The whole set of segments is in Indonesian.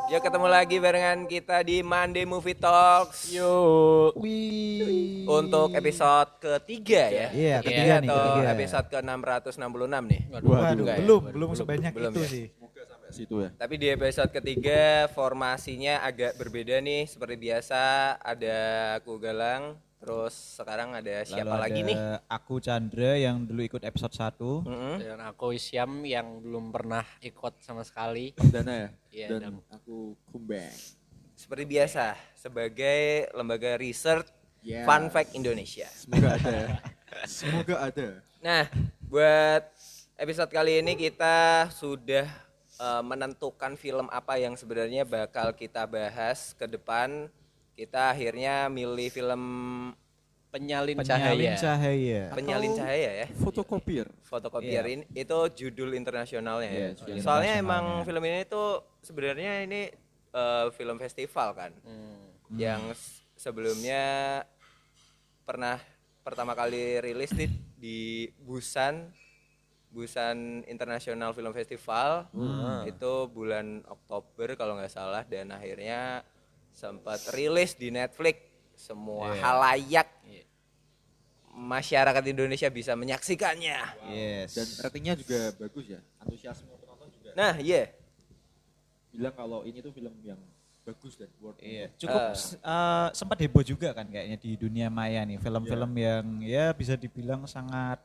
Ya ketemu lagi barengan kita di Monday Movie Talks. Yuk. Untuk episode ketiga ya. Iya, ketiga nih, atau ketiga. episode ke-666 nih. Waduh, enggak ya? belum sebanyak Belum itu ya? sih. Situ ya. Tapi di episode ketiga formasinya agak berbeda nih. Seperti biasa ada aku Galang. Terus sekarang ada siapa Lalu lagi ada nih? aku Chandra yang dulu ikut episode 1. Dan aku Isyam yang belum pernah ikut sama sekali. Dana ya. Iya, Dan aku Kumbang. Seperti biasa sebagai lembaga research Yeah. Fun Fact Indonesia. Semoga ada. Semoga ada. Nah, buat episode kali ini kita sudah menentukan film apa yang sebenarnya bakal kita bahas ke depan. Kita akhirnya milih film Penyalin Penyalin cahaya. cahaya. Penyalin Cahaya ya. Fotokopier. Fotokopier ini itu judul internasionalnya ya. Iya, judul Soalnya internasionalnya. emang film ini tuh sebenarnya ini film festival kan. Yang sebelumnya pernah pertama kali rilis di Busan International Film Festival. Itu bulan Oktober kalau nggak salah, dan akhirnya sempat rilis di Netflix. Semua halayak masyarakat Indonesia bisa menyaksikannya. Yes. Dan ratingnya juga bagus ya. Antusiasme penonton juga Nah, iya. bilang kalau ini tuh film yang bagus dan worth Iya, it. cukup sempat heboh juga kan kayaknya di dunia maya nih, film-film yang ya bisa dibilang sangat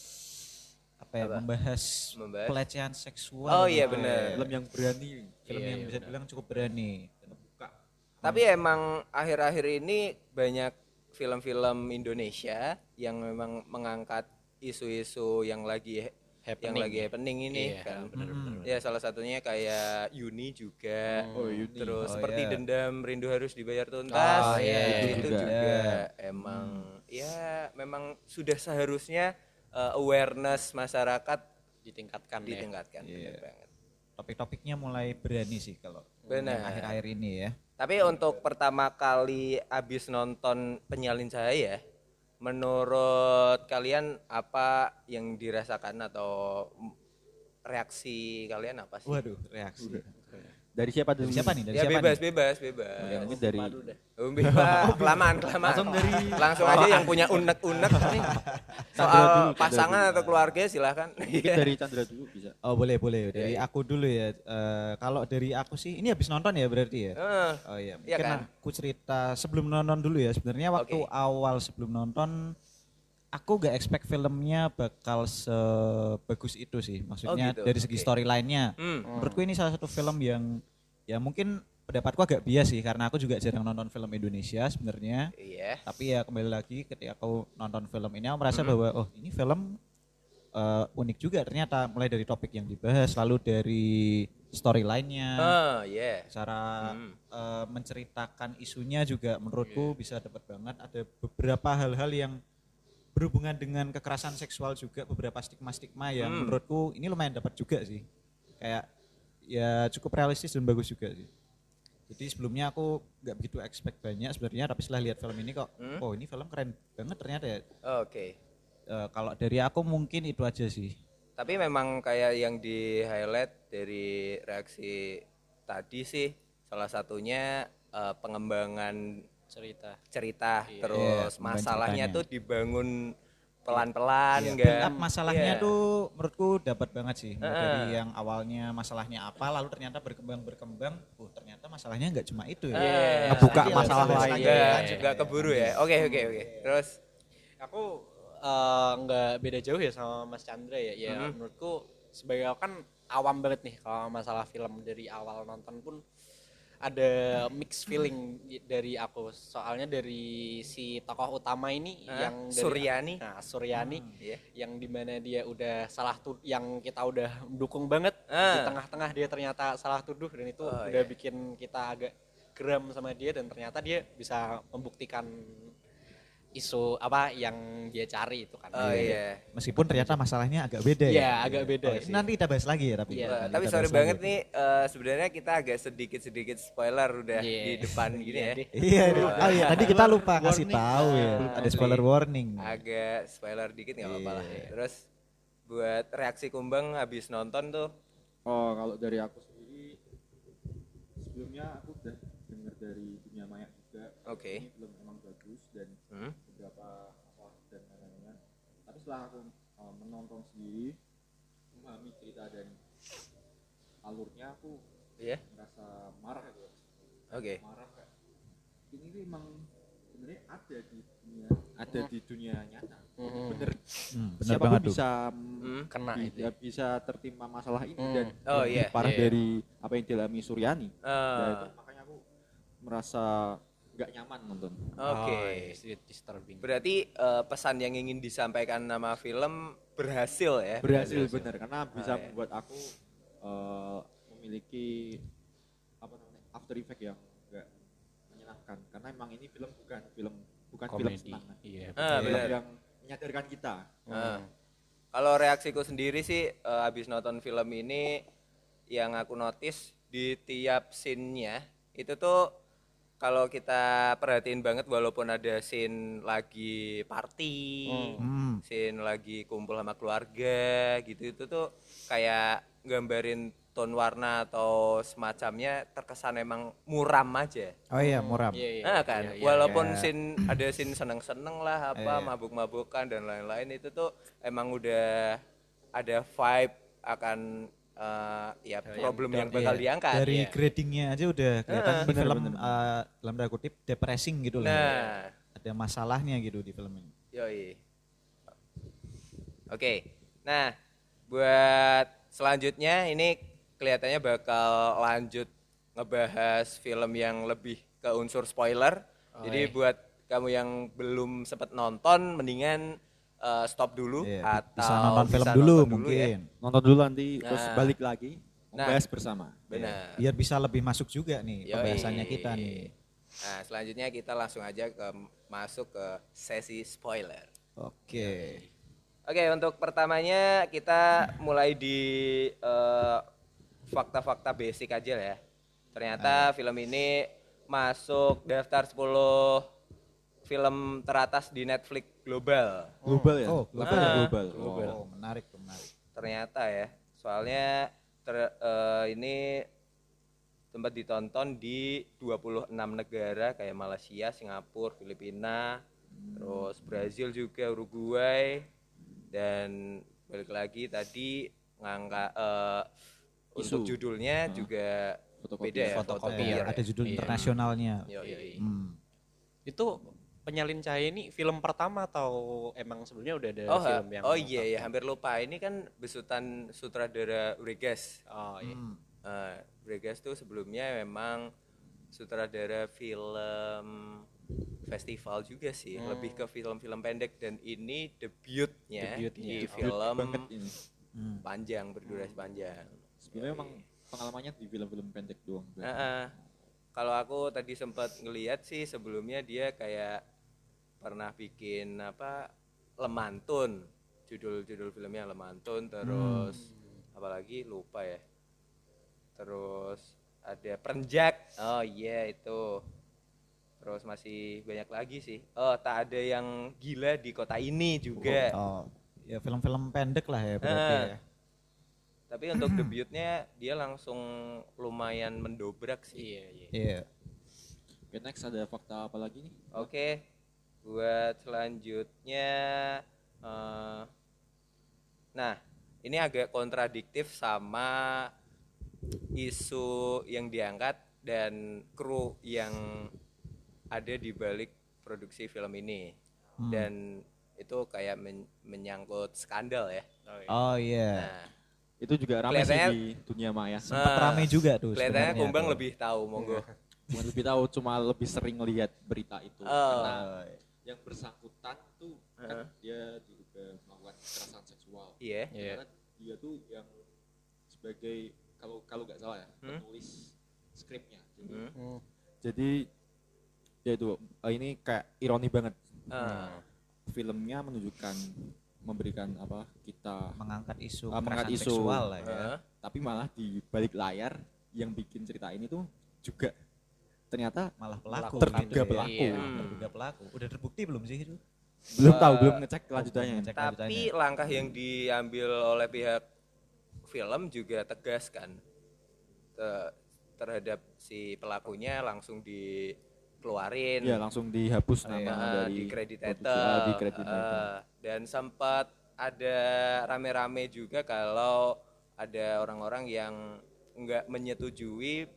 membahas pelecehan seksual. Oh iya gitu. benar. Film yang berani. Film yang bisa dibilang cukup berani. Tapi emang akhir-akhir ini banyak film-film Indonesia yang memang mengangkat isu-isu yang lagi happening ini Iya, kan. Ya salah satunya kayak Yuni juga. Oh, Yuni. Terus Oh, seperti iya. Dendam Rindu Harus Dibayar Tuntas. Oh, iya, Itu juga. juga emang ya memang sudah seharusnya awareness masyarakat Ditingkatkan ya. ditingkatkan. Iya. Benar banget. Topik-topiknya mulai berani sih kalau Benar. yang akhir-akhir ini ya. Tapi untuk pertama kali abis nonton Penyalin Cahaya, menurut kalian apa yang dirasakan atau reaksi kalian apa sih? Waduh, reaksi. Dari siapa dulu? Siapa nih? Dari Ya siapa bebas, nih? bebas. Ya, mungkin dari Kelamaan. Langsung aja yang punya unek-unek nih. Soal pasangan atau keluarga silahkan. mungkin dari Chandra dulu bisa. Oh boleh. Dari aku dulu ya. Kalau dari aku sih, ini habis nonton ya berarti ya? Oh iya, Iya mungkin kan? aku cerita sebelum nonton dulu ya. Sebenarnya waktu Oke. awal sebelum nonton, aku gak expect filmnya bakal sebagus itu sih. Maksudnya gitu, dari segi oke. storyline-nya. Menurutku ini salah satu film yang ya mungkin pendapatku agak bias sih, karena aku juga jarang nonton film Indonesia sebenarnya. Iya. Tapi ya kembali lagi ketika aku nonton film ini, aku merasa bahwa oh ini film unik juga ternyata, mulai dari topik yang dibahas, lalu dari storyline-nya, Oh, iya. cara menceritakan isunya juga menurutku bisa dapat banget. Ada beberapa hal-hal yang berhubungan dengan kekerasan seksual juga, beberapa stigma-stigma yang menurutku ini lumayan dapat juga sih. Kayak ya cukup realistis dan bagus juga sih. Jadi sebelumnya aku nggak begitu expect banyak sebenarnya, tapi setelah lihat film ini kok, oh ini film keren banget ternyata ya. Oke. Kalau dari aku mungkin itu aja sih. Tapi memang kayak yang di highlight dari reaksi tadi sih, salah satunya pengembangan cerita, terus Iya, masalahnya ceritanya. tuh dibangun pelan-pelan, Build enggak? up masalahnya Iya. tuh menurutku dapat banget sih. Mulai dari yang awalnya masalahnya apa, lalu ternyata berkembang, ternyata masalahnya nggak cuma itu ya. Ngebuka Nanti masalah lanjut lain. lagi, Enggak, lanjut. enggak keburu ya. Oke. Terus Aku nggak beda jauh ya sama Mas Chandra ya. Ya menurutku sebagai aku kan awam banget nih kalau masalah film. Dari awal nonton pun ada mixed feeling dari aku. Soalnya dari si tokoh utama ini yang dari Suryani. Suryani Iya. yang dimana dia udah yang kita udah mendukung banget, di tengah-tengah dia ternyata salah tuduh, dan itu udah bikin kita agak geram sama dia, dan ternyata dia bisa membuktikan isu apa yang dia cari itu kan. Oh iya. Meskipun ternyata masalahnya agak beda Iya, ya. agak beda Oh, ini sih. nanti kita bahas lagi ya tapi. Iya. Nanti Tapi kita sorry bahas banget lagi. nih, sebenarnya kita agak sedikit spoiler udah Iya. di depan gini ya. Iya, oh iya tadi kita lupa kasih Warning. tahu ya. Ada spoiler warning. Agak spoiler dikit nggak apa-apa lah. Iya. Terus buat reaksi Kumbang habis nonton tuh, Oh, kalau dari aku sendiri sebelumnya aku udah dengar dari Dunia Maya juga. Oke. Ini film emang bagus dan beberapa apa dan lain-lain. Tapi setelah aku menonton sendiri, memahami cerita dan alurnya, aku Iya. merasa marah gitu. Oke. Marah kayak ini tuh emang sebenarnya ada di dunia nyata. Bener. Benar Siapapun banget tuh. bisa Kena itu. bisa tertimpa masalah ini dan Oh, lebih iya, parah iya. dari apa yang dialami Suryani. Ya, itu Ah, makanya aku merasa nggak nyaman nonton. Oke. Oh, iya, disturbing. Berarti pesan yang ingin disampaikan nama film berhasil ya? Berhasil bener karena bisa iya. membuat aku memiliki apa namanya after effect yang nggak menyenangkan karena emang ini film bukan film Komedi. senang, Iya. film benar. yang menyadarkan kita. Ah. Kalau reaksiku sendiri sih habis nonton film ini yang aku notice di tiap scene-nya itu tuh kalau kita perhatiin banget walaupun ada scene lagi party, scene lagi kumpul sama keluarga gitu itu tuh kayak gambarin tone warna atau semacamnya terkesan emang muram aja. Oh iya, muram. Iya, iya. Nah kan, Iya, iya, walaupun iya. ada scene seneng-seneng lah apa mabuk-mabukan dan lain-lain itu tuh emang udah ada vibe akan ya problem yang bakal Iya. diangkat. Dari ya. gradingnya aja udah kelihatan ini bener, film bener. dalam tanda kutip depressing gitu lah. Nah, Ada masalahnya gitu di film ini. yoi. Oke. Nah, buat selanjutnya ini kelihatannya bakal lanjut ngebahas film yang lebih ke unsur spoiler. Jadi buat kamu yang belum sempat nonton mendingan stop dulu Iya, atau bisa nonton film bisa dulu nonton ya. mungkin. Nonton dulu nanti terus Nah. balik lagi membahas bersama. Benar. Biar bisa lebih masuk juga nih Yoi. pembahasannya kita nih. Nah, selanjutnya kita langsung aja masuk ke sesi spoiler. Oke. Oke, untuk pertamanya kita mulai di fakta-fakta basic aja ya. Ternyata film ini masuk daftar 10 film teratas di Netflix global. Global ya? Oh, global Global. ya? Global. Oh, menarik tuh, menarik. Ternyata ya. Soalnya ini sempat ditonton di 26 negara kayak Malaysia, Singapura, Filipina, terus Brazil juga, Uruguay, dan balik lagi tadi ngangkat untuk judulnya juga Fotokopier. beda ya, Fotokopier. fotokopier. Ada judul Iya. internasionalnya. Yoi. Itu Penyalin Cahaya ini film pertama atau emang sebelumnya udah ada film yang iya ya, hampir lupa. Ini kan besutan sutradara Bregas. Oh iya. Bregas tuh sebelumnya memang sutradara film festival juga sih, lebih ke film-film pendek dan ini debutnya di film Banget ini. panjang, berdurasi panjang. Sebenarnya emang pengalamannya di film-film pendek doang. Kalau aku tadi sempat ngeliat sih sebelumnya dia kayak pernah bikin apa Lemantun, judul filmnya Lemantun, terus apalagi lupa ya. Terus ada Perenjak, oh iya itu. Terus masih banyak lagi sih. Oh, tak ada yang gila di kota ini juga. Oh, ya film-film pendek lah ya berarti ya. Tapi untuk debutnya dia langsung lumayan mendobrak sih. Iya, iya. Iya. Oke, next ada fakta apa lagi nih? Oke, buat selanjutnya, nah ini agak kontradiktif sama isu yang diangkat dan kru yang ada di balik produksi film ini, dan itu kayak menyangkut skandal ya. Oh iya. Nah, Itu juga ramai sih Kelihatannya- di dunia maya. Sempat rame juga tuh kelihatannya sebenarnya Kumbang tuh. lebih tahu, monggo. Cuma lebih tahu, cuma lebih sering lihat berita itu. Karena yang bersangkutan tuh kan dia diduga melakukan kekerasan seksual. Iya. Karena dia tuh yang sebagai kalau nggak salah ya penulis skripnya. Jadi ya itu ini kayak ironi banget. Filmnya menunjukkan memberikan apa kita mengangkat isu mengangkat kekerasan isu seksual lah ya. tapi malah di balik layar yang bikin cerita ini tuh juga ternyata Malah pelaku terduga gitu pelaku. Ya. Terduga pelaku. Udah terbukti belum sih itu? belum tahu, belum ngecek lanjutannya. ngecek. Tapi langkah yang diambil oleh pihak film juga tegas kan. terhadap si pelakunya langsung dikeluarin. Ya langsung dihapus nama dari di credit produksi, item. di credit item. Dan sempat ada rame-rame juga kalau ada orang-orang yang nggak menyetujui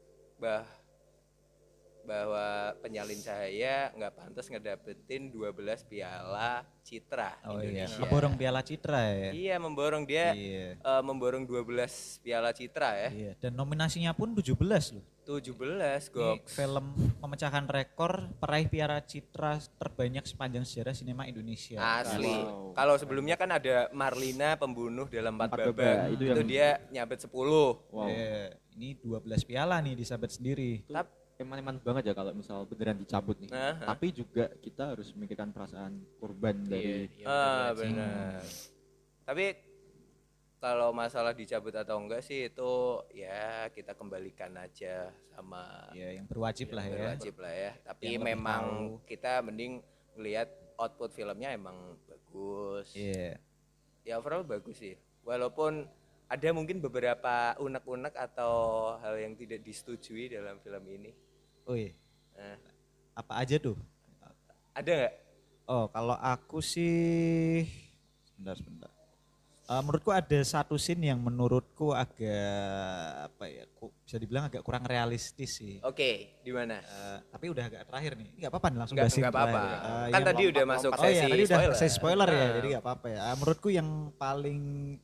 bahwa penyalin cahaya nggak pantas ngedapetin 12 piala citra Indonesia. Memborong piala citra ya. Iya, memborong dia Iya. memborong 12 piala citra ya. Iya, dan nominasinya pun 17 loh. 17 Ini goks. film memecahkan rekor peraih piala citra terbanyak sepanjang sejarah sinema Indonesia. Asli. Wow. Kalau sebelumnya kan ada Marlina pembunuh dalam 4 Empat babak. babak, itu Itu yang- dia nyabet 10. Wow. Iya, ini 12 piala nih disabet sendiri. Itu eman-eman banget ya kalau misal beneran dicabut nih. Nah. Tapi juga kita harus memikirkan perasaan korban dari Benar. Tapi kalau masalah dicabut atau enggak sih itu ya kita kembalikan aja sama Ya, yang berwajib lah ya. berwajib lah ya. Tapi Yang lebih memang tahu. kita mending ngelihat output filmnya emang bagus. Iya. Ya overall bagus sih. Walaupun ada mungkin beberapa unek-unek atau hal yang tidak disetujui dalam film ini. Wih, Nah, apa aja tuh? ada nggak? Oh, kalau aku sih sebentar. Menurutku ada satu scene yang menurutku agak apa ya, bisa dibilang agak kurang realistis sih. Oke, di mana? Tapi udah agak terakhir nih. Enggak apa-apa nih langsung Nggak bahas scene apa-apa. terakhir. Kan Yang- tadi udah masuk Oh iya, tadi udah spoiler. sesi spoiler ya, Nah. jadi nggak apa-apa ya. Menurutku yang paling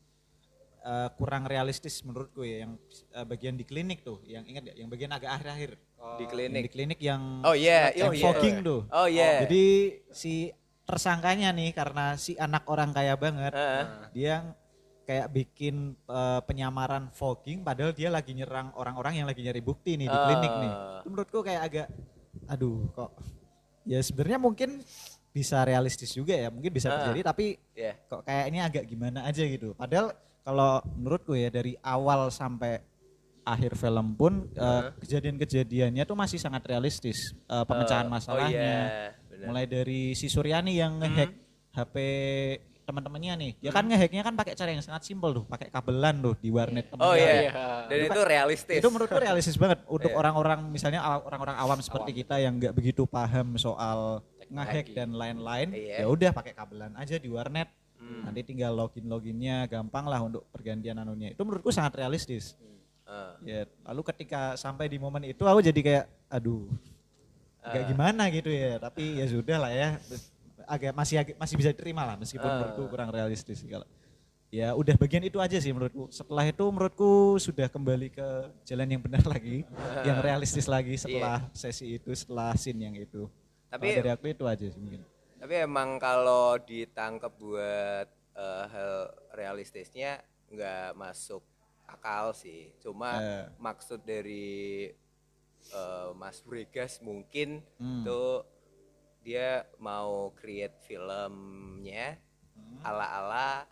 kurang realistis menurutku ya, yang bagian di klinik tuh, yang ingat ya, yang bagian agak akhir-akhir. Di Yang klinik. di klinik yang Oh iya, yang fogging tuh. Oh iya. Jadi si tersangkanya nih karena si anak orang kaya banget, dia kayak bikin penyamaran fogging padahal dia lagi nyerang orang-orang yang lagi nyari bukti nih di klinik nih. Itu menurutku kayak agak aduh kok ya sebenarnya mungkin bisa realistis juga ya, mungkin bisa terjadi tapi Iya. kok kayaknya agak gimana aja gitu. Padahal kalau menurutku ya dari awal sampai akhir film pun kejadian-kejadiannya tuh masih sangat realistis. Pemecahan masalahnya. benar. Mulai dari si Suryani yang ngehack HP teman-temannya nih. Dia kan ngehacknya kan pakai cara yang sangat simpel tuh, pakai kabelan tuh di warnet temennya. Oh iya. Iya. Dan itu realistis. Itu menurutku realistis banget untuk orang-orang misalnya orang-orang awam seperti kita yang nggak begitu paham soal ngehack dan lain-lain. Iya. Ya udah pakai kabelan aja di warnet. Nanti tinggal loginnya gampang lah untuk pergantian anunya. Itu menurutku sangat realistis. Ya, lalu ketika sampai di momen itu aku jadi kayak aduh. Agak gimana gitu ya, tapi ya sudah lah ya. Masih bisa diterima lah meskipun menurutku kurang realistis sih kalau. Ya udah bagian itu aja sih menurutku. Setelah itu menurutku sudah kembali ke jalan yang benar lagi, yang realistis lagi setelah sesi itu, setelah scene yang itu. Tapi- Kalau dari aku itu aja sih mungkin. Tapi emang kalau ditangkap buat hal realistisnya nggak masuk akal sih. Cuma maksud dari Mas Bregas mungkin tuh dia mau create filmnya ala-ala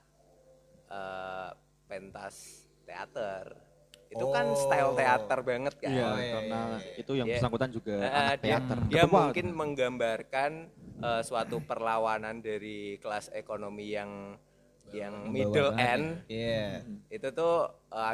pentas teater. Itu kan style teater banget kan. Iya, karena itu yang Iya. bersangkutan juga Nah, anak teater. dia Ketua. mungkin menggambarkan suatu perlawanan dari kelas ekonomi yang middle end. Iya. Itu tuh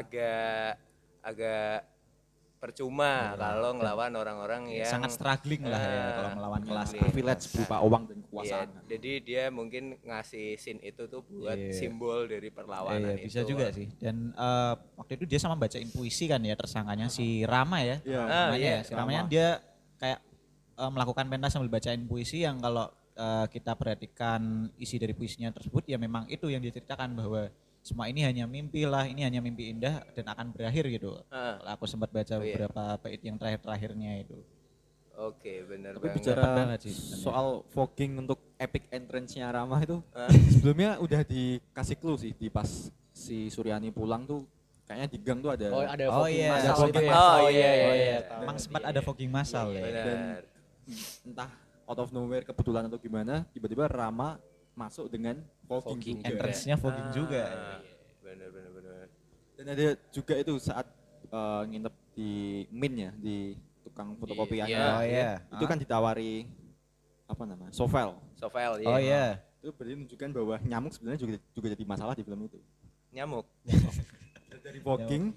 agak percuma kalau ngelawan orang-orang yang Sangat struggling lah ya kalau melawan kelas privilege berupa uang dan Iya, kekuasaan. jadi dia mungkin ngasih scene itu tuh buat simbol dari perlawanan Iya, itu. bisa juga sih. Dan waktu itu dia sama bacain puisi kan ya tersangkanya si Rama ya. Iya. Namanya iya, ya. Si Ramanya dia kayak melakukan pentas sambil bacain puisi yang kalau kita perhatikan isi dari puisinya tersebut ya memang itu yang diceritakan bahwa semua ini hanya mimpi lah, ini hanya mimpi indah dan akan berakhir gitu. Kalau aku sempat baca beberapa bait yang terakhir-terakhirnya itu. Oke, benar Tapi banget. bicara banget sih sebenarnya. soal fogging untuk epic entrance-nya Rama itu sebelumnya udah dikasih clue sih di pas si Suryani pulang tuh kayaknya di gang tuh ada Oh ada Oh, fogging iya. massal Ada itu fogging ya. massal. Oh iya Oh, iya. iya. tahu. Memang sempat ada fogging massal ya. Benar. entah out of nowhere kebetulan atau gimana tiba-tiba Rama masuk dengan fogging juga. Entrance-nya fogging juga. Benar. Dan ada juga itu saat nginep di Min ya di tukang fotokopiannya. Iya. Oh iya. Itu kan ditawari apa namanya? Sovel. Sovel Oh iya. Itu berarti menunjukkan bahwa nyamuk sebenarnya juga jadi masalah di film itu. Nyamuk. Dari fogging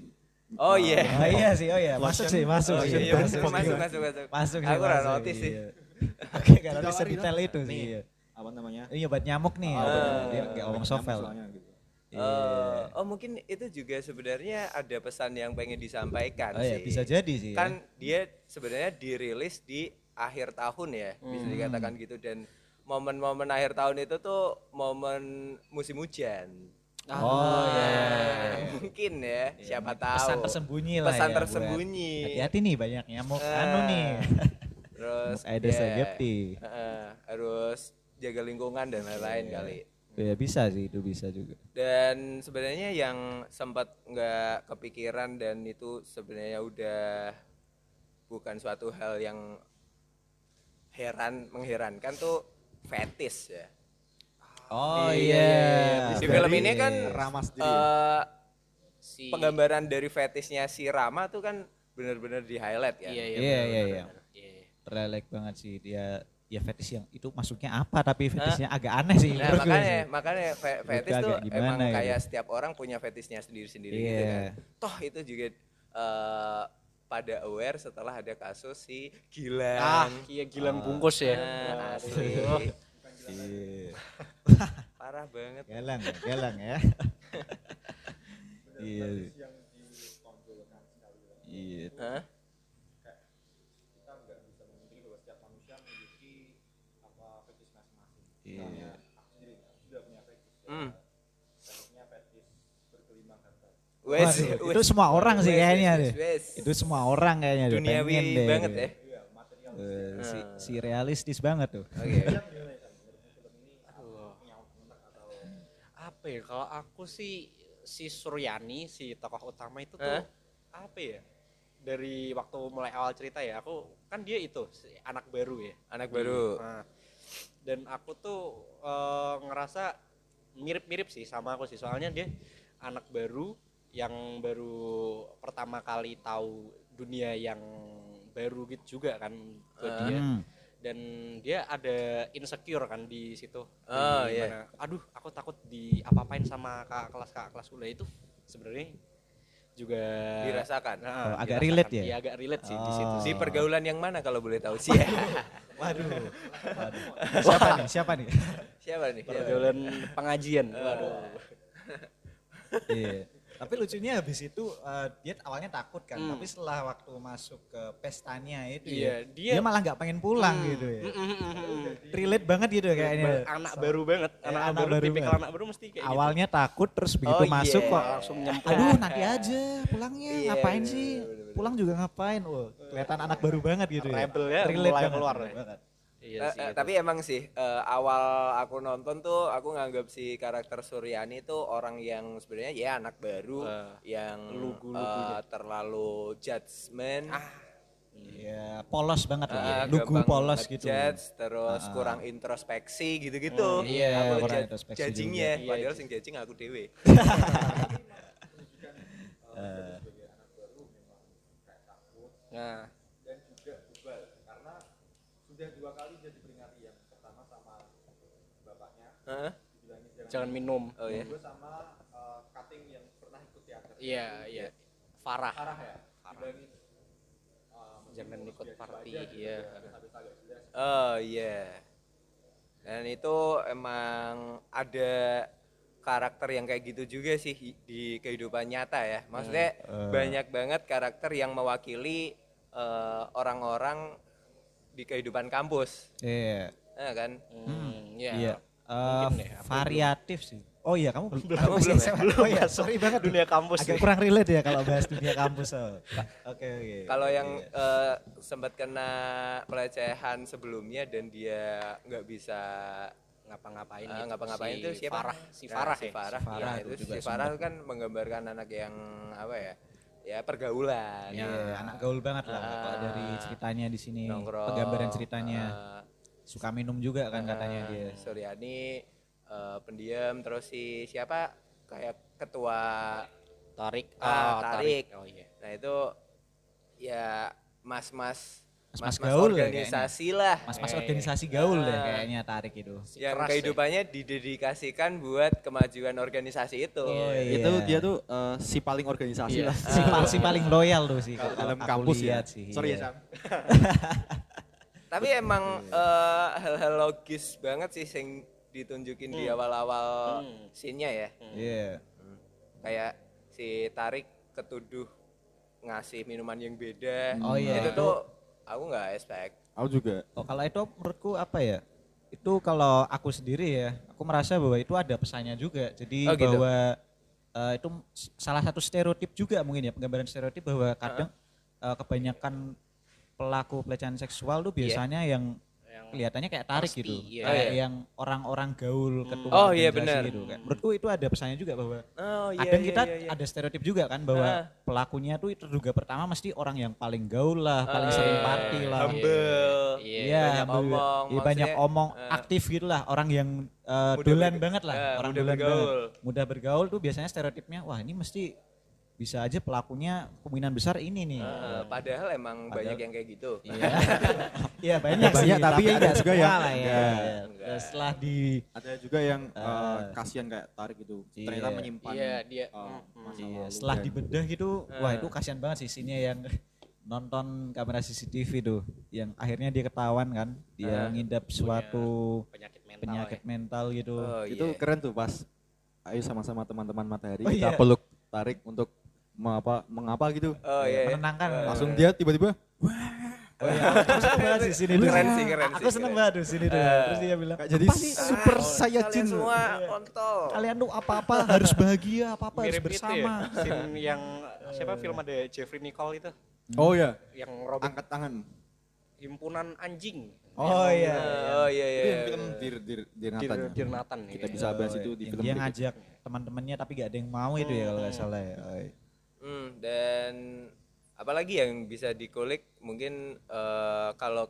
Oh iya. Oh iya sih, oh iya. Masuk sih, masuk. Oh sih, iya, masuk, masuk. Masuk sih, Aku udah masuk, notice sih. iya. Oke, gak notice sedetail itu sih. Nih, Iya. apa namanya? Ini obat nyamuk nih. Dia kayak ngomong sovel. Soalnya gitu. Oh mungkin itu juga sebenarnya ada pesan yang pengen disampaikan Oh iya, sih. bisa jadi sih. Kan dia sebenarnya dirilis di akhir tahun ya, bisa dikatakan gitu, dan momen-momen akhir tahun itu tuh momen musim hujan. Oh iya. Mungkin ya, siapa tahu. Pesan tersembunyi lah Pesan ya. tersembunyi. Hati-hati nih banyak nyamuk anu nih. Terus Nyamuk Aedes aegypti. harus jaga lingkungan dan lain-lain kali. Ya bisa sih, itu bisa juga. Dan sebenarnya yang sempat nggak kepikiran dan itu sebenarnya udah bukan suatu hal yang mengherankan tuh fetis ya. Oh iya. Di film ini kan Rama sendiri. Si penggambaran dari fetisnya si Rama tuh kan benar-benar di highlight kan. Iya. Iya. Relate banget sih dia. Ya fetish yang itu masuknya apa, tapi fetishnya agak aneh sih. Nah, menurut gue sih. makanya fetis Agak tuh gimana emang gitu. kayak setiap orang punya fetisnya sendiri-sendiri gitu Iya. kan. Toh itu juga pada aware setelah ada kasus si Gilang. iya Gilang bungkus ya. Asli. Iya. Parah banget. Galang ya. Iya. Iya. Hah? Iya. Wes, Waduh, itu semua orang sih kayaknya deh. wes. Itu semua orang kayaknya deh. Duniawi pengen deh, banget gitu. ya. Si realistis banget tuh. Oke. Apa ya, kalau aku sih si Suryani, si tokoh utama itu tuh Hah? apa ya, dari waktu mulai awal cerita ya, aku kan dia itu si anak baru ya, Anak baru. Nah, dan aku tuh ngerasa mirip-mirip sih sama aku sih, soalnya dia anak baru yang baru pertama kali tahu dunia yang baru gitu juga kan buat dia. Dan dia ada insecure kan di situ. Oh, Di iya. mana, aduh aku takut diapa-apain sama kakak kelas sebelah itu, sebenarnya juga Dirasakan. Oh, agak dirasakan. relate ya? Iya, agak relate sih di situ. Di pergaulan yang mana kalau boleh tahu sih? Waduh. Siapa nih? Siapa nih? Pergaulan pengajian. Waduh. Iya. Tapi lucunya habis itu dia awalnya takut kan, tapi setelah waktu masuk ke pestanya itu Iya, dia malah nggak pengen pulang gitu ya. Relate banget gitu kayaknya. Anak baru banget, anak anak baru, baru tipikal banget. anak baru mesti kayak Awalnya takut, terus begitu masuk kok langsung nyemplung. aduh nanti aja pulangnya, Iya, ngapain bener, sih? bener. Pulang juga ngapain? Wah, kelihatan anak baru banget gitu ya. Rebel ya, Relate mulai banget, keluar relate ya. banget. Iya sih. Tapi emang sih awal aku nonton tuh aku nganggap si karakter Suryani tuh orang yang sebenarnya ya anak baru yang terlalu judgement, Iya, polos banget lah. gampang Lugu polos gitu. ngejudge, terus kurang introspeksi gitu-gitu. iya, Aku kurang introspeksi judgingnya, juga. padahal sing judging aku dewe. Nah, Dan juga bebal karena sudah 2 kali dia diperingati, yang pertama sama bapaknya Hah? dibilangin jangan minum. Oh ya. gue sama cutting yang pernah ikut teater. Iya. Farah. Parah ya. Dibilangin Jangan ikut party. Iya. Oh iya. Dan itu emang ada karakter yang kayak gitu juga sih di kehidupan nyata ya. Maksudnya banyak banget karakter yang mewakili orang-orang di kehidupan kampus. Iya. Kan? Iya. Iya. Mungkin ya, aku Variatif sih. Oh iya, kamu belum. Kamu belum ya? Oh iya, sorry banget. Dunia kampus Agak nih. kurang relate ya kalau bahas dunia kampus. Oh. Oke. Kalau yang sempat kena pelecehan sebelumnya dan dia nggak bisa ngapa-ngapain ngapa-ngapain itu siapa? Farah. Si Nah, Farah si ya. Farah. Si Farah Ya, itu itu juga si Farah kan menggambarkan anak yang apa ya? Ya pergaulan. Iya, anak gaul banget lah kalau dari ceritanya di sini. Nongkrong, Penggambaran ceritanya. Suka minum juga kan katanya dia. Suryani pendiam, terus si siapa kayak ketua Tarik. Tarik. Oh iya. Nah itu ya mas-mas Mas mas-mas gaul ya organisasi lah. Mas-mas organisasi gaul deh kayaknya Tarik itu. Yang keras kehidupannya didedikasikan buat kemajuan organisasi itu. Oh, iya. Itu dia tuh si paling organisasi lah. Si paling loyal tuh sih Kalau kalau dalam aku kampus ya. lihat sih. Sorry ya iya. Sam. Tapi emang hal-hal logis banget sih yang ditunjukin di awal-awal scene-nya ya. Iya. Kayak si Tarik ketuduh ngasih minuman yang beda. Oh, iya. Itu tuh aku nggak expect. Aku juga. Oh, kalau itu menurutku apa ya? Itu kalau aku sendiri ya, aku merasa bahwa itu ada pesannya juga. Jadi Oh, gitu. bahwa itu salah satu stereotip juga mungkin ya, penggambaran stereotip bahwa kadang kebanyakan pelaku pelecehan seksual tuh biasanya yang kelihatannya kayak Tarik pasti, gitu. iya. Kayak Oh, iya. yang orang-orang gaul ketua Oh, iya, organisasi benar. gitu. Kayak, menurutku itu ada pesannya juga bahwa Oh kadang kita ada stereotip juga kan bahwa Ah. pelakunya tuh terduga pertama mesti orang yang paling gaul lah, paling sering party lah. humble. Iya, banyak omong, iya, banyak maksudnya, omong, aktif gitu lah, orang yang dolan banget lah, orang mudah dolan bergaul. banget. Mudah bergaul tuh biasanya stereotipnya, wah ini mesti bisa aja pelakunya kemungkinan besar ini nih. Padahal emang banyak yang kayak gitu. Iya, iya banyak sih, Banyak, tapi ada nggak juga semua yang lah ya. enggak. Iya. Setelah di Ada juga yang kasihan kayak Tarik gitu. Ternyata Iya. menyimpan Iya, dia. masa iya, lalu setelah dan- dibedah gitu, wah itu kasihan banget sih scene-nya yang nonton kamera CCTV tuh, yang akhirnya dia ketahuan kan, dia ngidap suatu penyakit mental gitu. Oh, itu iya. keren tuh pas ayo sama-sama teman-teman Matahari Oh, kita iya. peluk Tarik untuk mengapa gitu. Oh iya. Menenangkan. Langsung dia tiba-tiba Oh iya, aku seneng banget sih sini tuh. Keren sih, keren Aku sih, seneng keren. banget tuh sini tuh. Terus dia bilang, kayak jadi "Apa sih? super Kalian saiyajin. semua kontol. Kalian tuh apa-apa harus bahagia, apa-apa harus Mirip itu ya, bersama." scene yang siapa film ada Jeffrey Nicole itu Oh ya, yang Robert angkat tangan. himpunan anjing. Oh iya. Oh iya Itu iya. yang film Dir Nathan. Dir Nathan Kita ya. bisa bahas itu di Yang film dia berikut. ngajak teman-temannya tapi gak ada yang mau itu ya kalau nggak salah ya. Oh, iya. Dan apalagi yang bisa dikulik mungkin kalau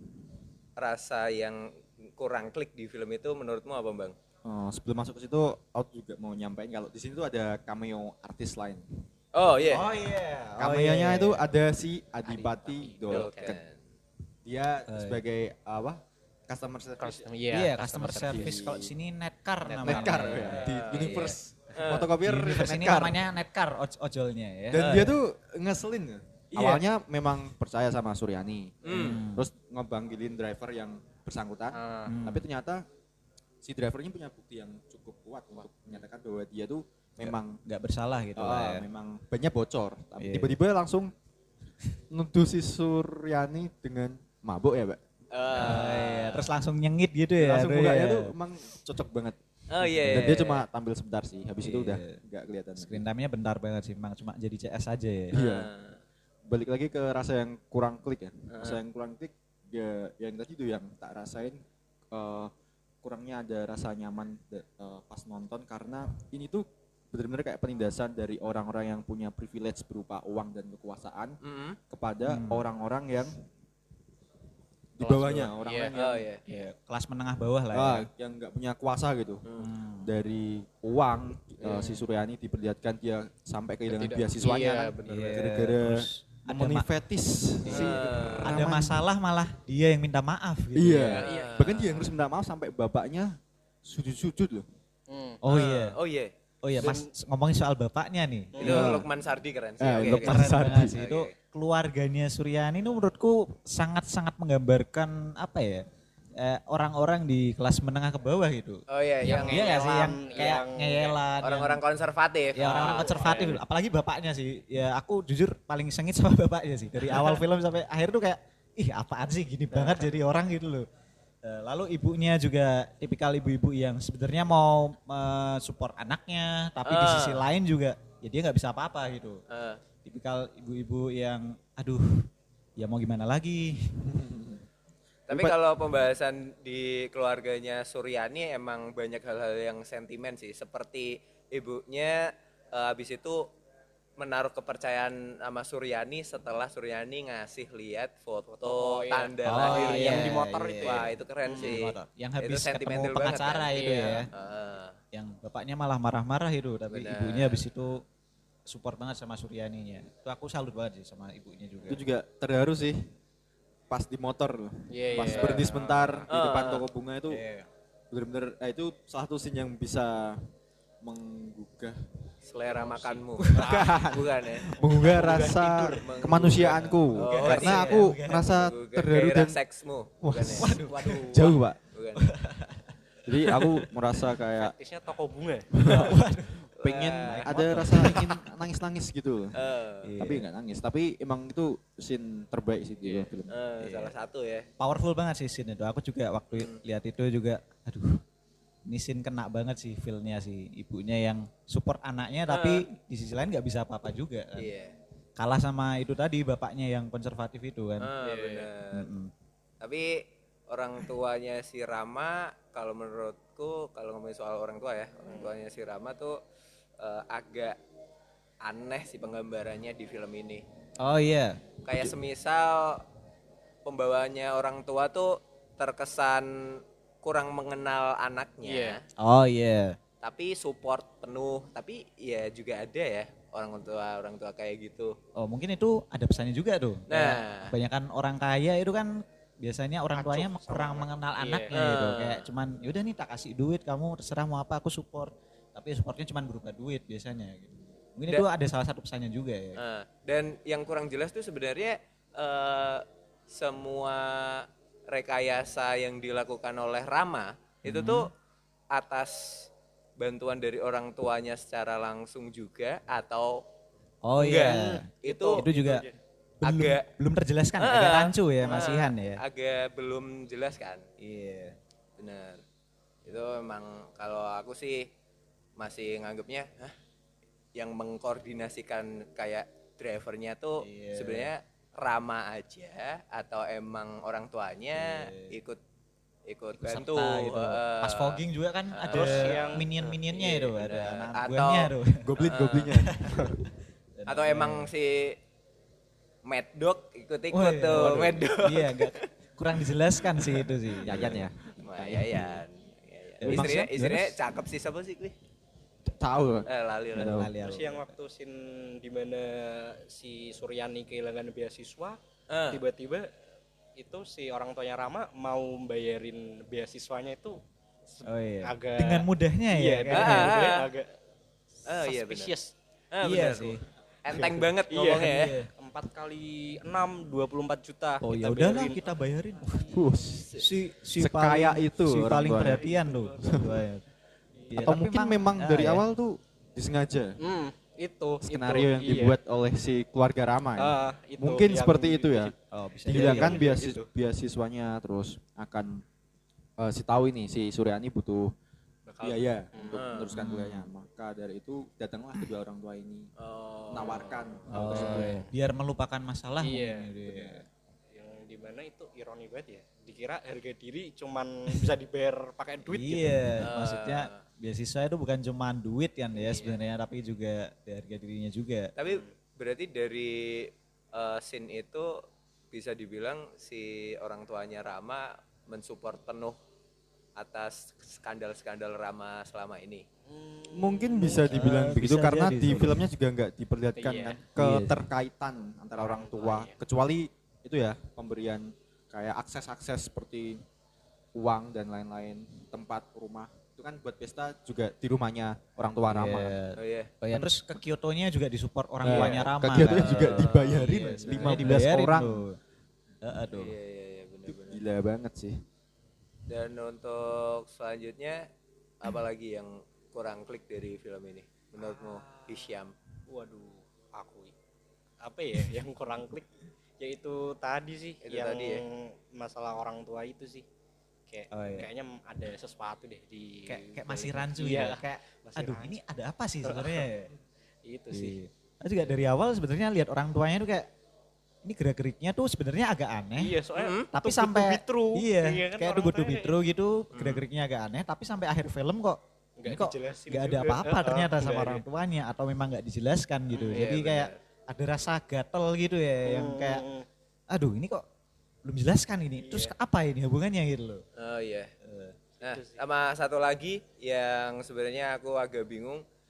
rasa yang kurang klik di film itu menurutmu apa Bang? Sebelum masuk ke situ, aku juga mau nyampein kalau di sini tuh ada cameo artis lain. Oh iya. Oh iya. Cameo-nya itu ada si Adipati Dolken. Dolken. Dia sebagai apa? Customer service. Iya, customer service. Kalau di sini Netcar namanya. Netcar ya. Di Universe. Fotokopier Universe ini Netcar. namanya Netcar ojolnya ya. Dan dia tuh ngeselin. Iya. Awalnya memang percaya sama Suryani. Terus ngebanggilin driver yang bersangkutan. Tapi ternyata si drivernya punya bukti yang cukup kuat untuk menyatakan bahwa dia tuh memang Nggak bersalah gitu lah ya. memang banyak bocor. Tapi Iya. tiba-tiba langsung nuduh si Suryani dengan mabuk ya, Pak. Oh, iya. Terus langsung nyengit gitu ya. Langsung Aduh, mukanya iya. tuh emang cocok banget. Oh iya. Dan iya, dia iya. cuma tampil sebentar sih. Habis itu udah Iya. nggak kelihatan. Screen time-nya bentar banget sih, emang cuma jadi CS aja ya. Iya. Balik lagi ke rasa yang kurang klik ya. Rasa yang kurang klik ya yang tadi tuh yang tak rasain kurangnya ada rasa nyaman pas nonton karena ini tuh benar-benar kayak penindasan dari orang-orang yang punya privilege berupa uang dan kekuasaan kepada orang-orang yang di bawahnya, orang-orang yang Oh iya. Ya, kelas menengah bawah lah ya. yang nggak punya kuasa gitu. Dari uang si Suryani diperlihatkan dia sampai kehilangan beasiswanya Iya, kan. bener. Iya, Gara-gara terus memenuhi fetish si ada masalah malah dia yang minta maaf gitu. Iya. Bahkan dia yang harus minta maaf sampai bapaknya sujud-sujud loh. Oh iya. Oh iya. Oh iya, Mas ngomongin soal bapaknya nih. Itu Lukman Sardi keren sih. Oke, Lukman oke. Sardi. Banget sih. Itu keluarganya Suryani itu menurutku sangat-sangat menggambarkan apa ya? Orang-orang di kelas menengah ke bawah gitu. Oh iya, yang Iya nggak sih yang kayak yang ngeyelan. orang-orang konservatif. Ya orang-orang konservatif, apalagi bapaknya sih. Ya aku jujur paling sengit sama bapaknya sih. Dari awal film sampai akhir tuh kayak, ih apaan sih gini banget jadi orang gitu loh. Lalu ibunya juga tipikal ibu-ibu yang sebenarnya mau support anaknya, tapi di sisi lain juga ya dia nggak bisa apa-apa gitu. Tipikal ibu-ibu yang, aduh, ya mau gimana lagi. Tapi kalau pembahasan di keluarganya Suryani emang banyak hal-hal yang sentimen sih. Seperti ibunya habis itu menaruh kepercayaan sama Suryani setelah Suryani ngasih lihat foto tanda lahir iya, yang di motor iya, itu. iya. Wah itu keren sih. Yang Itu habis ketemu sentimental banget pengacara kan. itu Iya. ya. Yang bapaknya malah marah-marah itu, tapi Benar. ibunya habis itu support banget sama Suryaninya. Itu aku salut banget sih sama ibunya juga. Itu juga terharu sih. pas di motor loh. Pas Iya. berhenti sebentar di depan toko bunga itu Iya. bener-bener itu salah satu scene yang bisa menggugah Selera makanmu. Bukan ya. menggugah rasa kemanusiaanku karena iya. aku merasa terharu Gairah dan seksmu. Bukan ya. Waduh. jauh pak. Bukan. Jadi aku merasa kayak Fetisnya toko bunga. pengen ada rasa ingin nangis-nangis gitu. Tapi nggak nangis, tapi emang itu scene terbaik sih di film. Salah satu ya. Powerful banget sih scene itu. Aku juga waktu lihat itu juga, aduh, ini scene kena banget sih feel-nya sih. Ibunya yang support anaknya tapi di sisi lain nggak bisa apa-apa juga kan. Iya. Kalah sama itu tadi bapaknya yang konservatif itu kan. Benar. Tapi orang tuanya si Rama, kalau menurutku kalau ngomongin soal orang tua ya, orang tuanya si Rama tuh agak aneh sih penggambarannya di film ini. Oh iya. Kayak semisal pembawaannya orang tua tuh terkesan kurang mengenal anaknya. Oh iya. Tapi support penuh, tapi ya juga ada ya orang tua kayak gitu. Oh mungkin itu ada pesannya juga tuh. Nah. Kayak kebanyakan orang kaya itu kan biasanya orang tuanya kurang mengenal anaknya gitu. Kayak cuman yaudah nih tak kasih duit, kamu terserah mau apa aku support. Tapi supportnya cuman berupa duit biasanya gitu. Mungkin itu ada salah satu pesannya juga ya. Dan yang kurang jelas tuh sebenarnya semua rekayasa yang dilakukan oleh Rama itu tuh atas bantuan dari orang tuanya secara langsung juga atau Oh iya. itu juga belum terjelaskan, agak rancu ya masihan ya. agak belum jelas kan. Iya. Benar. Itu memang kalau aku sih masih nganggapnya yang mengkoordinasikan kayak drivernya tuh sebenarnya Rama aja atau emang orang tuanya ikut bantu Gitu. Pas fogging juga kan ada yang minion-minionnya itu, ada anak Atau- buahnya tuh. Goblin-goblinnya. atau emang si Mad Dog ikut-ikut Wah, iya, tuh waduh. Mad Dog. Iya, kurang dijelaskan sih itu sih. Yayan ya. Yayan. Emang Istrinya cakep sih, siapa sih gue? Tahu. Lali. Lali Terus aku. yang waktu scene dimana si Suryani kehilangan beasiswa, tiba-tiba itu si orang tuanya Rama mau bayarin beasiswanya itu Oh iya. agak Dengan mudahnya ya. iya, kayaknya. dengan mudahnya agak Iya benar. suspicious. Iya sih. Enteng banget ngomongnya ya. Iya. 4 kali 6 24 juta. Oh kita ya udahlah bayarin. kita bayarin. Bus. Si Sekaya paling, itu si orang paling tuanya. perhatian tuh. Iya, Atau tapi mungkin memang dari ya. awal tuh disengaja Itu skenario yang iya. dibuat oleh si keluarga Rama ya. Itu Mungkin yang seperti itu ya. Oh, bisa Dihilangkan jadi. beasiswanya terus akan si tahu ini si Suryani butuh biaya untuk meneruskan kuliahnya. Maka dari itu datanglah kedua orang tua ini menawarkan hal Oh, tersebut. iya. Biar melupakan masalah. Iya. mungkin gitu ya. Yang dimana itu ironi banget ya. Dikira harga diri cuman bisa dibayar pakai duit gitu. Iya, maksudnya beasiswa itu bukan cuma duit kan ya sebenarnya, tapi juga harga dirinya juga. Tapi berarti dari scene itu bisa dibilang si orang tuanya Rama mensupport penuh atas skandal-skandal Rama selama ini. Mungkin bisa dibilang begitu bisa karena jadi di sih. filmnya juga nggak diperlihatkan Iya. kan keterkaitan antara orang tua kecuali itu ya pemberian kayak akses-akses seperti uang dan lain-lain, tempat rumah itu kan buat pesta juga di rumahnya orang tua Rama. Iya. Oh iya. Oh ya, terus ke Kyoto-nya juga disupport orang Iya, tuanya Rama. kegiatannya kan. juga dibayarin Iya, 15 sebenarnya dibayarin orang. tuh. Aduh. Iya Itu benar-benar. gila banget sih. Dan untuk selanjutnya apalagi yang kurang klik dari film ini menurutmu Hisyam? Waduh, aku apa ya yang kurang klik yaitu tadi sih Itu yang tadi ya? masalah orang tua itu sih kayak Oh, iya. kayaknya ada sesuatu deh di Kayak masih rancu Iya, ya. Kayak masih aduh rancu. ini ada apa sih sebenarnya? itu sih. Iya. Aku juga dari awal sebenarnya lihat orang tuanya tuh kayak ini gerak-geriknya tuh sebenarnya agak aneh. Iya, soalnya Tapi tuh sampai bitru. iya, kan, kayak orang tugu tuanya bitru gitu, gerak-geriknya agak aneh, tapi sampai akhir film kok Nggak ini kok dijelasin nggak ada juga. apa-apa ternyata sama Nggak orang ada. tuanya atau memang nggak dijelaskan gitu. Iya, Jadi kayak ada rasa gatel gitu ya yang kayak aduh ini kok belum jelaskan ini. Terus apa ini hubungannya gitu loh. Oh iya. Nah, sama satu lagi yang sebenarnya aku agak bingung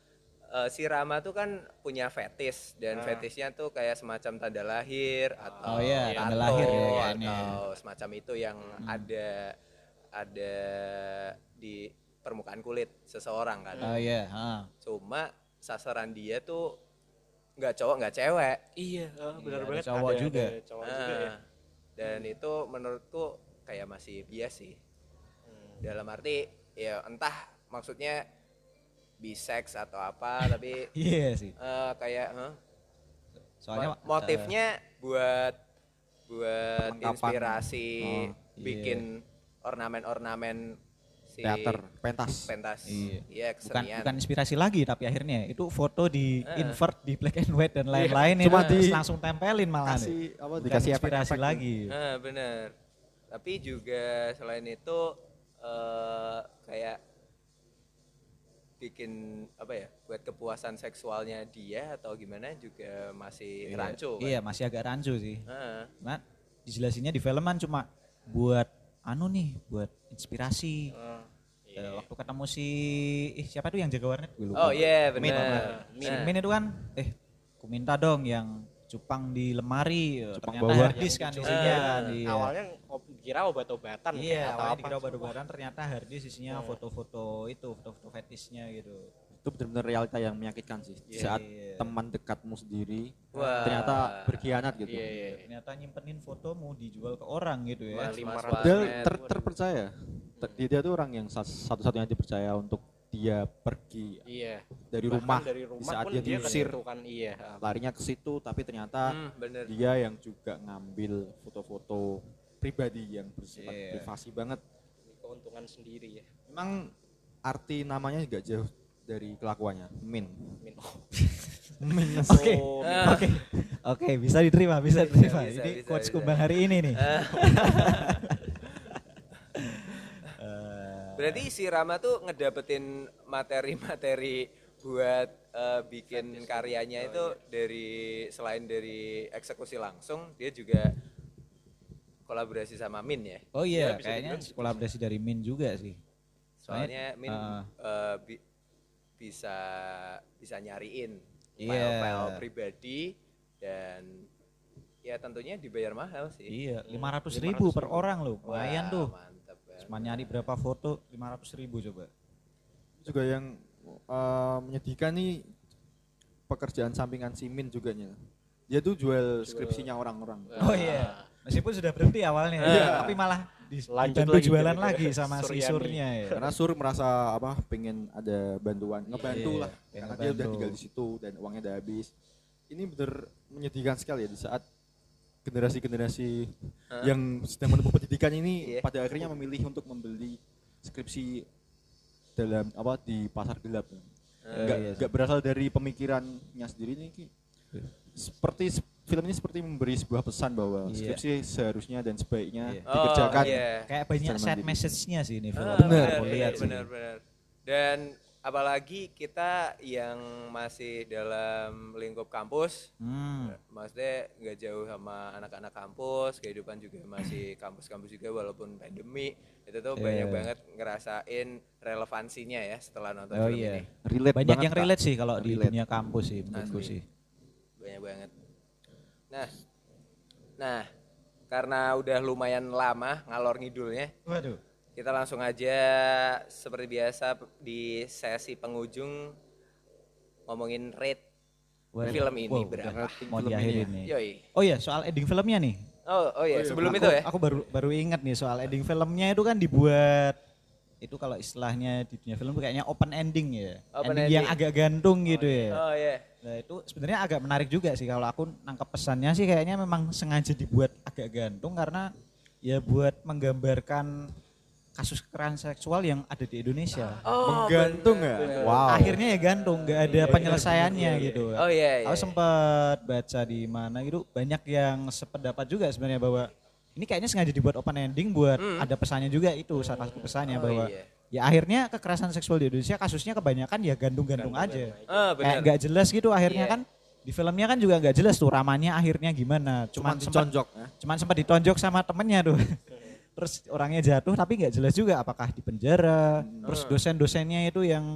si Rama tuh kan punya fetis dan fetisnya tuh kayak semacam tanda lahir atau Oh iya, tanda tato lahir ya kayaknya. atau semacam itu yang ada di permukaan kulit seseorang kan. Oh iya, heeh. Cuma sasaran dia tuh nggak cowok nggak cewek. Iya, benar ada banget. cowok juga. Ada cowok juga ya. Dan itu menurutku kayak masih bias sih. Dalam arti ya entah maksudnya bisex atau apa tapi Iya sih. kayak Soalnya motifnya buat Perlengkapan. inspirasi Oh, bikin ornamen-ornamen si Teater, pentas. pentas. Iya. Iya, bukan kesenian. bukan inspirasi lagi tapi akhirnya itu foto di invert di black and white dan lain-lain Cuma itu di- langsung tempelin malah Kasih apa bukan dikasih inspirasi efek-efek. lagi. Bener. Tapi juga selain itu kayak bikin apa ya buat kepuasan seksualnya dia atau gimana juga masih rancu kan? Iya, masih agak rancu sih. Heeh. Nah, dijelasinnya di filman cuma buat buat inspirasi. Waktu ketemu si siapa tuh yang jaga warnet gue lupa. Oh iya Min. benar. Min itu kan ku minta dong yang cupang di lemari. Cupang Ternyata bawah. harddisk kan isinya kan. Iya. Awalnya kira obat-obatan Iya, atau awalnya apa. dikira obat-obatan ternyata harddisk isinya foto-foto fetisnya gitu. Itu benar-benar realita yang menyakitkan sih. Saat Iya. teman dekatmu sendiri Wah. ternyata berkhianat gitu. Iya. Ternyata nyimpenin fotomu dijual ke orang gitu ya. Mas, 500 Padahal warnet. terpercaya. Dia tuh orang yang satu-satunya dipercaya untuk dia pergi Iya. dari Bahkan rumah, dari di rumah saat pun dia dia diusir, kan iya. larinya ke situ, tapi ternyata Bener. dia yang juga ngambil foto-foto pribadi yang bersifat Iya. privasi banget. Keuntungan sendiri ya. Memang arti namanya juga jauh dari kelakuannya, Min. Oke, Oh, oke, bisa diterima, bisa diterima. bisa, Ini bisa, quotes bisa. kumbang hari ini nih. Berarti si Rama tuh ngedapetin materi-materi buat bikin karyanya itu dari selain dari eksekusi langsung dia juga kolaborasi sama Min ya. Oh iya, kayaknya kolaborasi dari Min juga sih. Soalnya Min bisa nyariin file-file pribadi dan ya tentunya dibayar mahal sih. Iya, 500.000 per orang loh, lumayan tuh. Mantap banget. Cuma nyari berapa foto, 500.000 coba. Juga yang menyedihkan nih pekerjaan sampingan si Min juga nya. Dia tuh jual skripsinya orang-orang. Oh iya, meskipun sudah berhenti awalnya, tapi malah Lanjut dibantu lagi jualan gara-gara lagi sama si Suryani. Surnya ya. Karena Sur merasa pengen ada bantuan, ngebantu Iya, lah. pengen Karena dia udah ngebantu. tinggal di situ dan uangnya udah habis. Ini bener menyedihkan sekali ya di saat generasi-generasi yang sedang menempuh pendidikan ini Iya. pada akhirnya memilih untuk membeli skripsi dalam di pasar gelap. Nggak berasal dari pemikirannya sendiri nih Ki. Seperti film ini seperti memberi sebuah pesan bahwa Iya. skripsi seharusnya dan sebaiknya Iya. dikerjakan. Kayak banyak secara side mandiri. message-nya sih ini film. Bener. Aku lihat sih. Benar. Dan apalagi kita yang masih dalam lingkup kampus, maksudnya nggak jauh sama anak-anak kampus, kehidupan juga masih kampus-kampus juga walaupun pandemi, itu tuh banyak banget ngerasain relevansinya ya setelah nonton Oh film iya. ini. Relate Banyak banget, yang Kak. relate sih kalau di Relate. dunia kampus sih menurutku Asli. sih. Banyak banget. Nah, karena udah lumayan lama ngalor ngidulnya, Waduh. kita langsung aja seperti biasa di sesi penghujung ngomongin rate film ini Wow, berapa. Mau diakhirin nih. Yoi. Oh iya, soal ending filmnya nih. Oh iya, sebelum Aku- itu ya. Aku baru ingat nih soal ending filmnya itu kan dibuat itu kalau istilahnya di dunia film tuh kayaknya open ending ya. Open ending yang ending. agak gantung gitu ya. Oh iya. Nah itu sebenarnya agak menarik juga sih kalau aku nangkep pesannya sih kayaknya memang sengaja dibuat agak gantung karena ya buat menggambarkan kasus kekerasan seksual yang ada di Indonesia. Menggantung ya? Wow. Akhirnya ya gantung, nggak ada penyelesaiannya gitu. Oh iya. Aku sempat baca di mana gitu banyak yang sependapat juga sebenarnya bahwa ini kayaknya sengaja dibuat open ending buat ada pesannya juga itu salah satu pesannya Oh, bahwa iya. ya akhirnya kekerasan seksual di Indonesia kasusnya kebanyakan ya gantung-gantung aja. Oh, Kayak benar. nggak jelas gitu akhirnya Iya. kan di filmnya kan juga nggak jelas tuh ramanya akhirnya gimana. Cuman sempat diconjok ya. cuman sempat ditonjok sama temennya tuh. Terus orangnya jatuh tapi nggak jelas juga apakah di penjara. Terus dosen-dosennya itu yang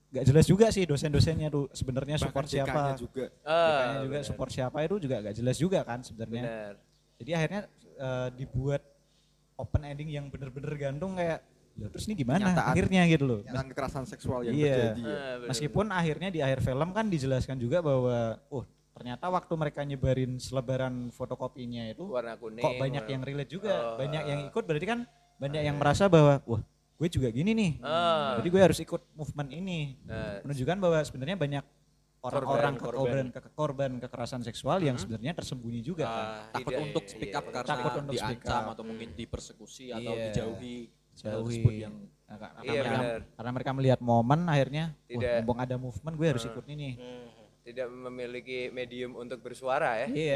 nggak jelas juga sih dosen-dosennya tuh sebenarnya Bahkan support DK-nya siapa. juga. DK-nya juga bener. support siapa itu juga nggak jelas juga kan sebenarnya. Bener. Jadi akhirnya dibuat open ending yang bener-bener gantung kayak ya terus ini gimana Kenyataan. akhirnya gitu loh. Kenyataan kekerasan seksual yang Iya. terjadi ya. Bener. Meskipun akhirnya di akhir film kan dijelaskan juga bahwa ternyata waktu mereka nyebarin selebaran fotokopinya itu Warna kuning. kok banyak yang relate juga, Oh. banyak yang ikut berarti kan banyak yang merasa bahwa wah gue juga gini nih, jadi gue harus ikut movement ini, menunjukkan bahwa sebenarnya banyak orang-orang korban kekerasan seksual yang sebenarnya tersembunyi juga kan. Takut untuk speak up karena Takut untuk speak diancam up. atau mungkin dipersekusi atau Iya. dijauhi hal Jauhi. tersebut yang Nah, Iya, benar. karena mereka melihat momen akhirnya, Tidak. mumpung ada movement gue harus ikut ini. Tidak memiliki medium untuk bersuara ya. Iya.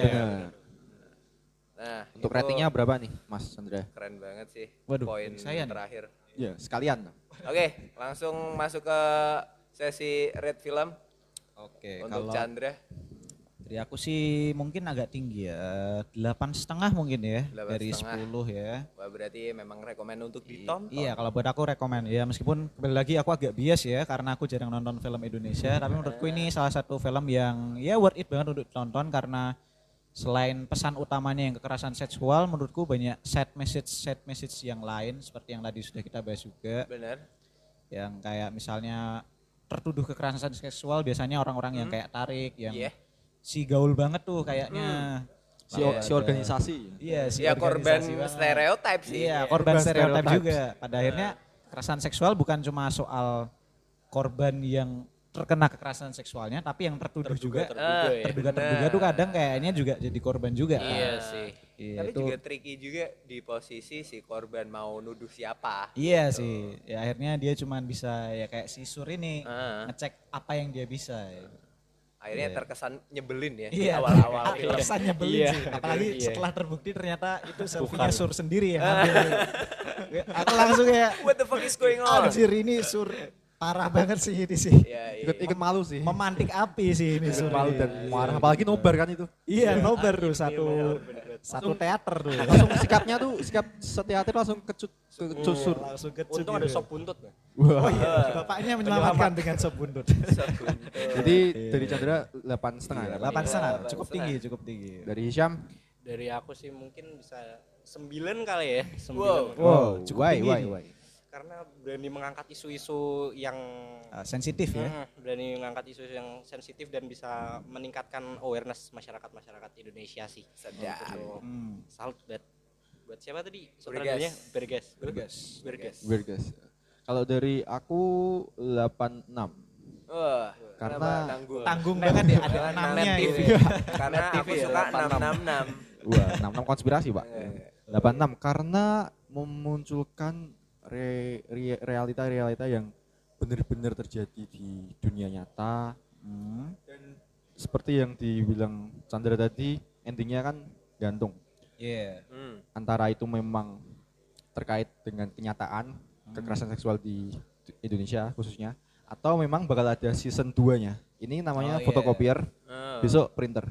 Nah, Untuk itu ratingnya berapa nih Mas Chandra? keren banget sih. Waduh, Poin saya nih. terakhir. Ya sekalian. Oke, langsung masuk ke sesi rate film Oke, untuk kalau Chandra. dari aku sih mungkin agak tinggi ya, 8,5 mungkin ya, 8,5. dari 10 ya. Wah, berarti memang rekomen untuk ditonton. Iya, kalau buat aku rekomen ya, meskipun kembali lagi aku agak bias ya karena aku jarang nonton film Indonesia, tapi menurutku ini salah satu film yang ya worth it banget untuk ditonton karena selain pesan utamanya yang kekerasan seksual, menurutku banyak side message yang lain seperti yang tadi sudah kita bahas juga, Benar. yang kayak misalnya tertuduh kekerasan seksual biasanya orang-orang yang kayak Tarik yang Iya. si gaul banget tuh kayaknya. Si organisasi. Iya, si Ya korban organisasi banget. stereotip sih. Iya, korban stereotip stereotypes. juga. Pada akhirnya kekerasan seksual bukan cuma soal korban yang terkena kekerasan seksualnya, tapi yang tertuduh juga. Terduga tuh kadang kayaknya juga jadi korban juga. Iya kan. sih. Iya, Tapi itu- juga tricky juga di posisi si korban mau nuduh siapa. Iya sih. Ya akhirnya dia cuma bisa ya kayak si Sur ini Ah. ngecek apa yang dia bisa. Akhirnya terkesan nyebelin ya di Iya, awal-awal film. Kesan nyebelin Iya. sih. Apalagi Iya. setelah terbukti ternyata itu selfie-nya Sur sendiri yang ambil. Aku langsung kayak What the fuck is going on? anjir ini Sur parah banget sih ini sih. Iya, iya. Ikut malu sih. Memantik api sih ini Sur. Malu ini. dan marah. Apalagi nobar kan itu. Iya, nobar tuh satu teater tuh. Langsung sikapnya tuh sikap seteater langsung kecut sur. Langsung kecut Untung ada gitu. sop buntut. Oh iya, bapaknya menyelamatkan dengan sop buntut. Jadi dari Chandra 8,5 ya. 8,5, cukup tinggi, cukup tinggi. Dari Hisham. Dari aku sih mungkin bisa 9 kali ya. 9. Wow. Cukup tinggi nih. Karena berani mengangkat isu-isu yang Sensitif ya. berani mengangkat isu yang sensitif dan bisa meningkatkan awareness masyarakat Indonesia sih. Sedap. Salut buat siapa tadi? Bergas. Sutradaranya Bergas. Bergas. Kalau dari aku 86. Wah, Karena Tanggung banget ya, ada Karena enamnya Net gitu. TV. Karena aku suka 666. Wah, 66 konspirasi, Pak. 86 karena memunculkan realita-realita yang benar-benar terjadi di dunia nyata. Dan seperti yang dibilang Chandra tadi, endingnya kan gantung. Iya. Antara itu memang terkait dengan kenyataan kekerasan seksual di Indonesia khususnya, atau memang bakal ada season 2-nya. Ini namanya fotokopier, besok printer.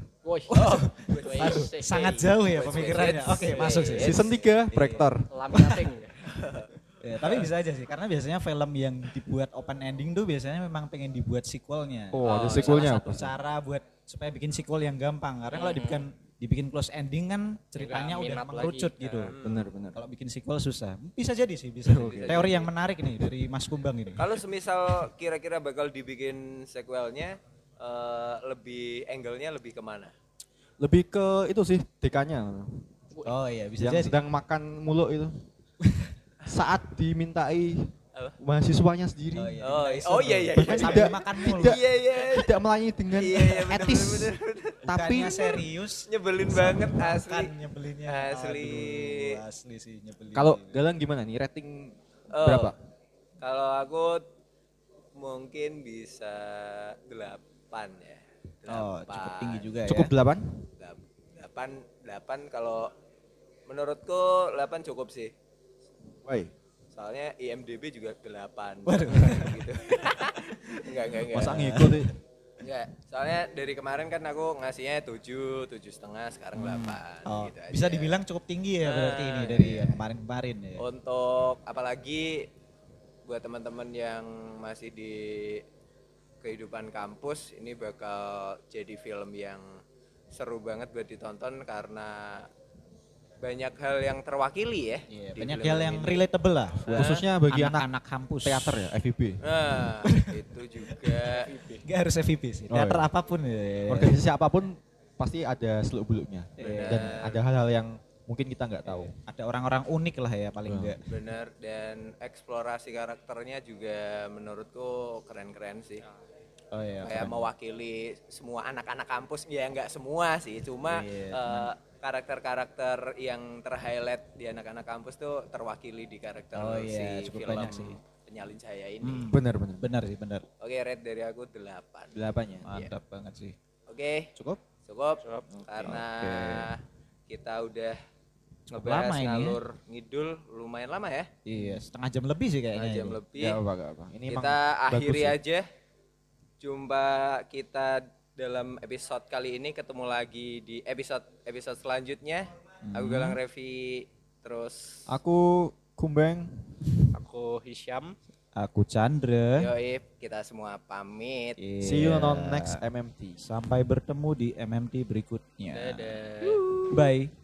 Sangat jauh ya pemikirannya. Oke, masuk sih. Season 3 proyektor. Laminating. Ya, tapi bisa aja sih, karena biasanya film yang dibuat open ending tuh biasanya memang pengen dibuat sequelnya. Oh, ada sequelnya. Salah satu cara buat supaya bikin sequel yang gampang. Karena kalau dibikin close ending kan ceritanya Nggak udah minat mengerucut lagi. gitu. Benar-benar. Kalau bikin sequel susah. Bisa jadi sih, bisa. jadi. Teori yang menarik ini dari Mas Kumbang ini. Kalau semisal kira-kira bakal dibikin sequelnya, lebih angle-nya lebih kemana? Lebih ke itu sih DK-nya. Oh iya, bisa Yang jadi. sedang makan mulu itu. Saat dimintai Apa? mahasiswanya sendiri. Oh iya. Bahkan Sambil tidak makan mulu. tidak melayani dengan Bener, etis. bener. Tapi Bukannya serius. Nyebelin banget asli. Makan nyebelinnya. Asli. Aduh, asli sih nyebelin. kalau Galang gimana nih rating Oh, berapa? Kalau aku mungkin bisa 8 ya. Oh, cukup tinggi juga ya. Cukup 8? 8 kalau menurutku 8 cukup sih. Woi, Soalnya IMDb juga 8. Waduh. Gitu. Enggak. masa ngikut sih? Enggak. Soalnya dari kemarin kan aku ngasihnya 7,5 sekarang 8 Oh, gitu bisa aja. dibilang cukup tinggi ya berarti ini dari yang kemarin-kemarin ya. Untuk apalagi buat teman-teman yang masih di kehidupan kampus, ini bakal jadi film yang seru banget buat ditonton karena banyak hal yang terwakili ya. Iya, di banyak film hal yang ini. relatable lah. buat Khususnya bagi anak-anak kampus. teater ya, FIB. Nah, itu juga Gak harus FIB sih. Oh, Teater iya. apapun ya. Organisasi apapun pasti ada seluk-beluknya. Benar. Dan ada hal-hal yang mungkin kita nggak tahu. Ada orang-orang unik lah ya paling enggak. benar, dan eksplorasi karakternya juga menurutku keren-keren sih. Oh iya. Kayak mewakili semua anak-anak kampus, ya nggak semua sih, cuma Iya, karakter-karakter yang ter-highlight di anak-anak kampus tuh terwakili di karakter Oh iya, si cukup film banyak sih. Penyalin Cahaya ini. Benar. Benar sih, benar. Oke, rate dari aku 8. 8 ya. Mantap banget sih. Oke, Cukup? cukup. Karena kita udah Cukup ngebahas lama ini ya. ngalur ngidul lumayan lama ya. Iya, setengah jam lebih sih kayaknya. 1 jam ini. lebih. Gak apa-apa. Ini emang Kita akhiri bagus ya. aja. Jumpa kita dalam episode kali ini, ketemu lagi di episode selanjutnya. Aku Galang Revi, terus Aku Kumbeng. Aku Hisham. Aku Chandra. Yoip, kita semua pamit. Iya. See you on next MMT. Sampai bertemu di MMT berikutnya. Dadah. Bye.